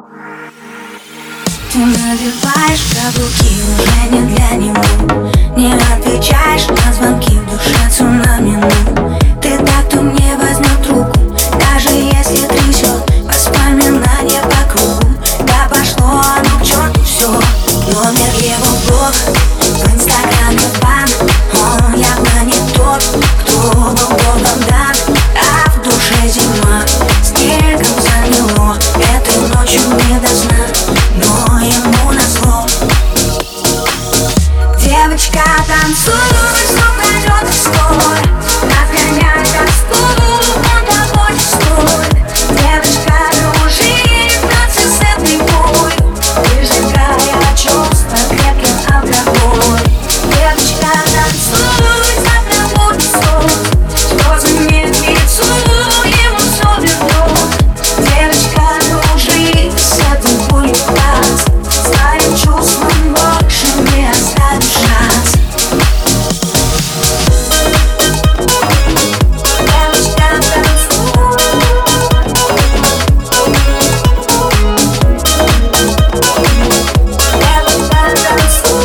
Ты надеваешь каблуки уже не для него, не отвечаешь на звонки, в душе цунами. Ты так, кто мне возьмет трубку, даже если трясет воспоминания по кругу. Да пошло оно к черту все, номер его блог, в инстаграме бан. Он явно не тот, кто был Богом дан, а в душе зима, снегом замело. Этой ночью не до сна, но ему назло. Девочка, танцуй, звук пройдет и скоро, отгоняй тоску, он доходит стой. Девочка, дружи, танцы с этой боль, выжигая чувства крепким алкоголь. Девочка, танцуй, завтра будет сон, слезы мне к лицу, ему все вернет. Девочка, дружи, с этой болью раз, своим чувством больше не оставишь шанс. Девочка, танцуй. Девочка, танцуй.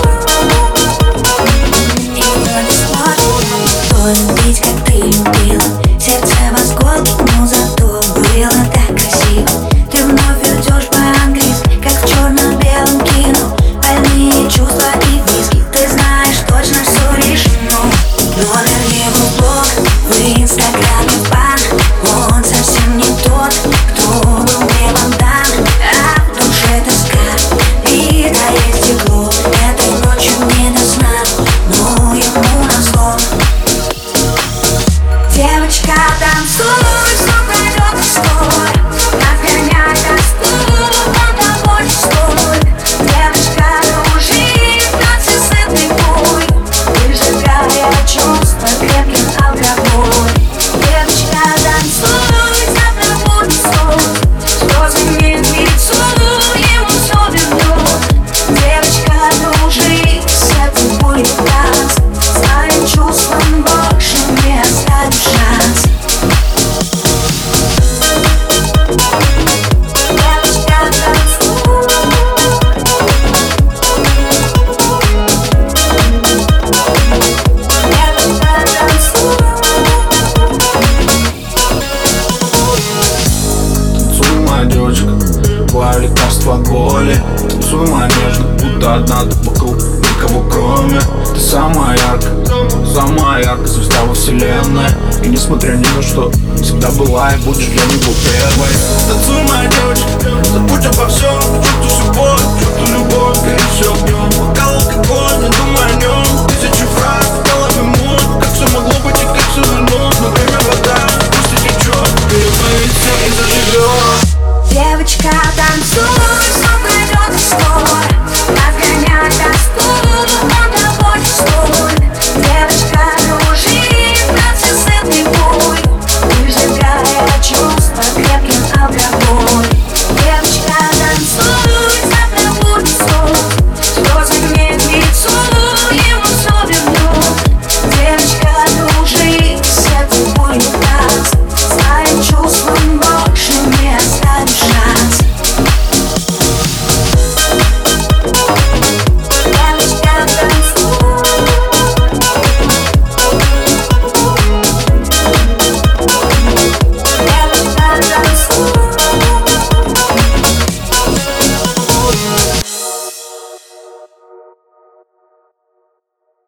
Его не сможет кто любить, как ты любила. Сердце восколки, но зато было так красиво. Ты вновь идешь по-английски, как в черно-белом кино. Больные чувства и виски, ты знаешь точно, что решено. Номер его блог, в инстаграме бан. Он совсем не тот, кто был небом дан, а в душе тоска, битое стекло. Этой ночью не до сна, но ему назло. Девочка, танцуй, звук пройдет и скоро, отгоняй тоску, он доходит стой. Девочка, дружи, танцы с этой болью, выжигая чувства крепким алкоголь. Девочка, танцуй, завтра будет сон, слезы мне к лицу, ему все вернет. Девочка, дружи, с этой болью раз, своим чувством больше не оставишь шанс. Девочка, танцуй. Девочка, танцуй. Танцуй, моя девочка, твое лекарство от боли. Танцуй, моя нежно, будто одна ты вокруг, никого кроме. Ты самая яркая звезда во вселенной. И несмотря ни на что, всегда была и будешь для него первой. Танцуй, моя девочка,